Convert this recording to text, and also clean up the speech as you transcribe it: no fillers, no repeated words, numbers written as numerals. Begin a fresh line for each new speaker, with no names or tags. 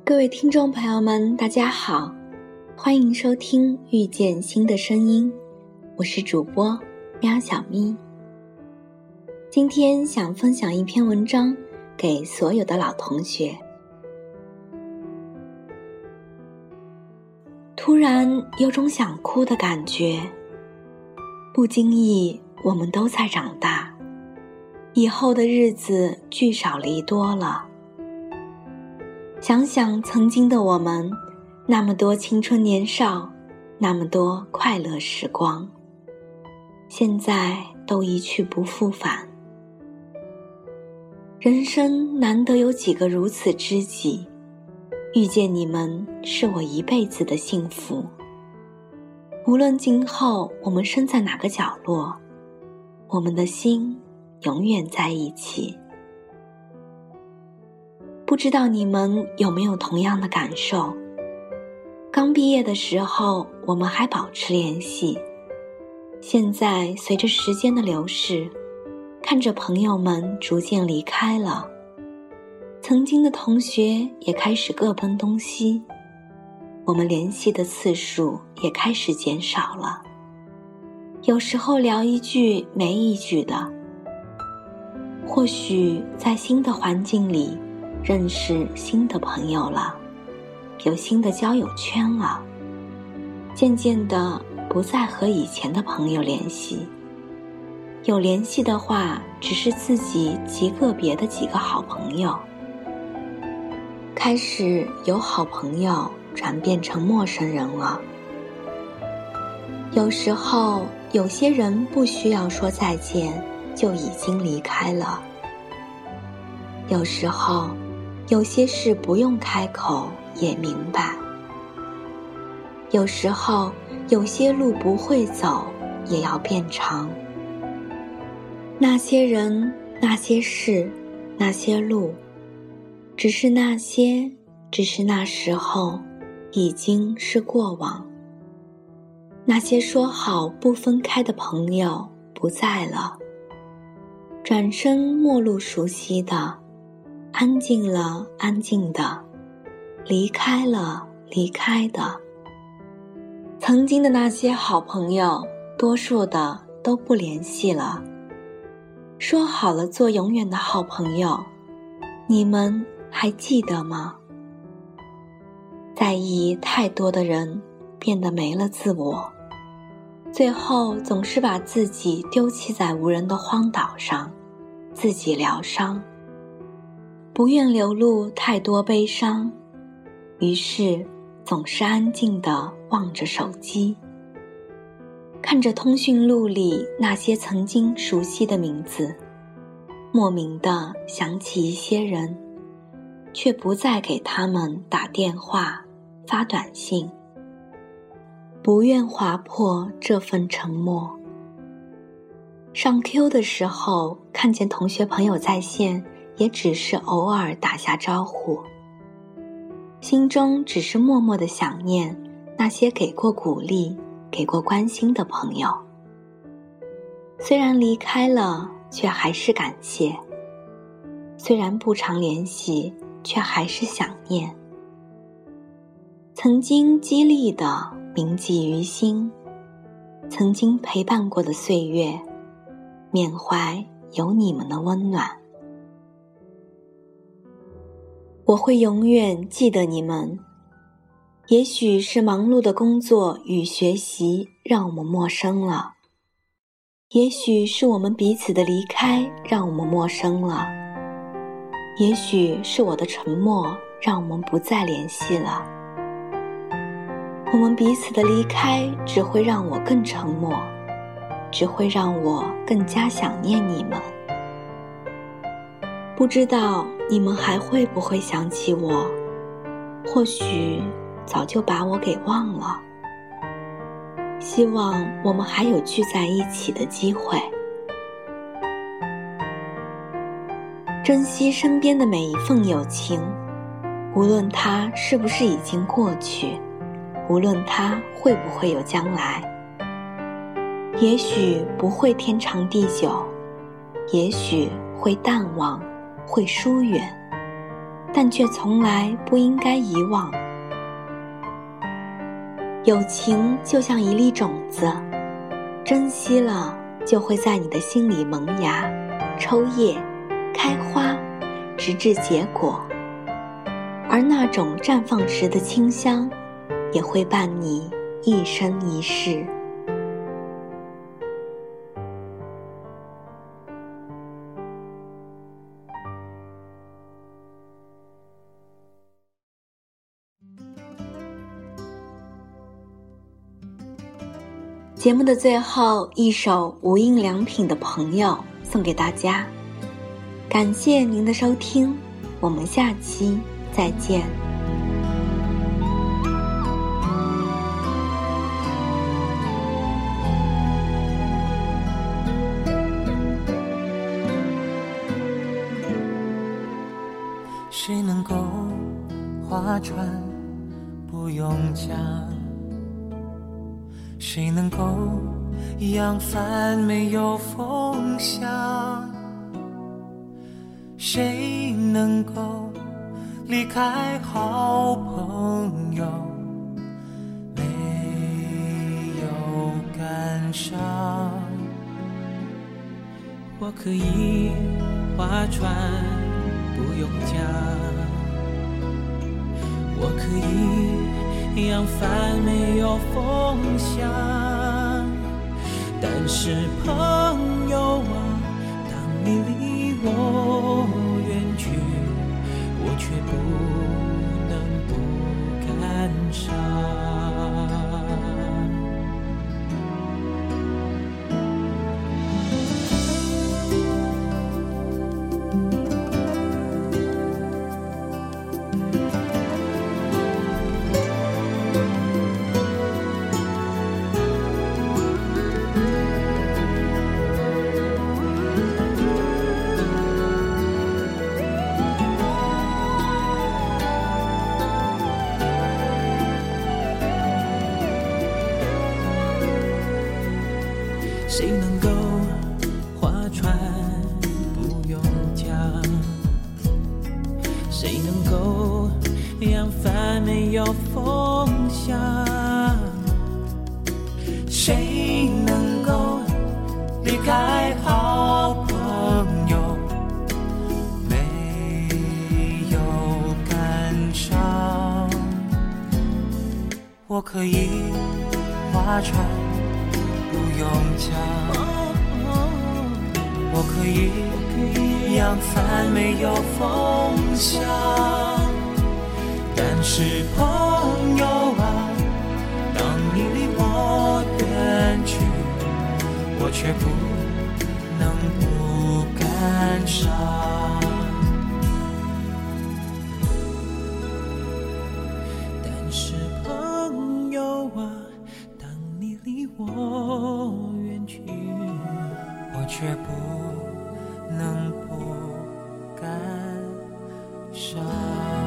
各位听众朋友们，大家好，欢迎收听遇见新的声音，我是主播喵小咪。今天想分享一篇文章给所有的老同学。突然有种想哭的感觉，不经意我们都在长大，以后的日子聚少离多了。想想曾经的我们，那么多青春年少，那么多快乐时光，现在都一去不复返。人生难得有几个如此知己，遇见你们是我一辈子的幸福。无论今后我们身在哪个角落，我们的心永远在一起。不知道你们有没有同样的感受？刚毕业的时候，我们还保持联系。现在随着时间的流逝，看着朋友们逐渐离开了，曾经的同学也开始各奔东西，我们联系的次数也开始减少了。有时候聊一句没一句的。或许在新的环境里认识新的朋友了，有新的交友圈了，渐渐的不再和以前的朋友联系，有联系的话只是自己极个别的几个好朋友。开始由好朋友转变成陌生人了。有时候有些人不需要说再见就已经离开了，有时候有些事不用开口也明白，有时候有些路不会走也要变长。那些人，那些事，那些路，只是那时候已经是过往。那些说好不分开的朋友不在了，转身陌路熟悉的，安静了安静的，离开了离开的。曾经的那些好朋友，多数的都不联系了。说好了做永远的好朋友，你们还记得吗？在意太多的人变得没了自我，最后总是把自己丢弃在无人的荒岛上，自己疗伤，不愿流露太多悲伤，于是总是安静地望着手机，看着通讯录里那些曾经熟悉的名字，莫名地想起一些人，却不再给他们打电话发短信，不愿划破这份沉默。上 Q 的时候看见同学朋友在线，也只是偶尔打下招呼，心中只是默默地想念那些给过鼓励给过关心的朋友。虽然离开了，却还是感谢，虽然不常联系，却还是想念。曾经激励的铭记于心，曾经陪伴过的岁月，缅怀有你们的温暖。我会永远记得你们。也许是忙碌的工作与学习让我们陌生了，也许是我们彼此的离开让我们陌生了，也许是我的沉默让我们不再联系了。我们彼此的离开只会让我更沉默，只会让我更加想念你们。不知道你们还会不会想起我，或许早就把我给忘了。希望我们还有聚在一起的机会。珍惜身边的每一份友情，无论它是不是已经过去，无论它会不会有将来。也许不会天长地久，也许会淡忘，会疏远， 但却从来不应该遗忘。友情就像一粒种子，珍惜了就会在你的心里萌芽、抽叶、开花，直至结果。而那种绽放时的清香，也会伴你一生一世。节目的最后，一首无印良品的朋友送给大家，感谢您的收听，我们下期再见。
谁能够划船不用桨？谁能够扬帆没有风向？谁能够离开好朋友没有感伤？
我可以划船不用桨，我可以扬帆没有风向，但是朋友啊，当你离我远去，我却不能不感伤。谁能够划船不用桨？谁能够扬帆没有风向？
谁能够离开好朋友没有感伤？我可以划船不用桨，我可以扬帆没有风向，但是朋友啊，当你离我远去，我却不能不感伤。
但是朋友啊，当你离我远去，
我却不能不感伤。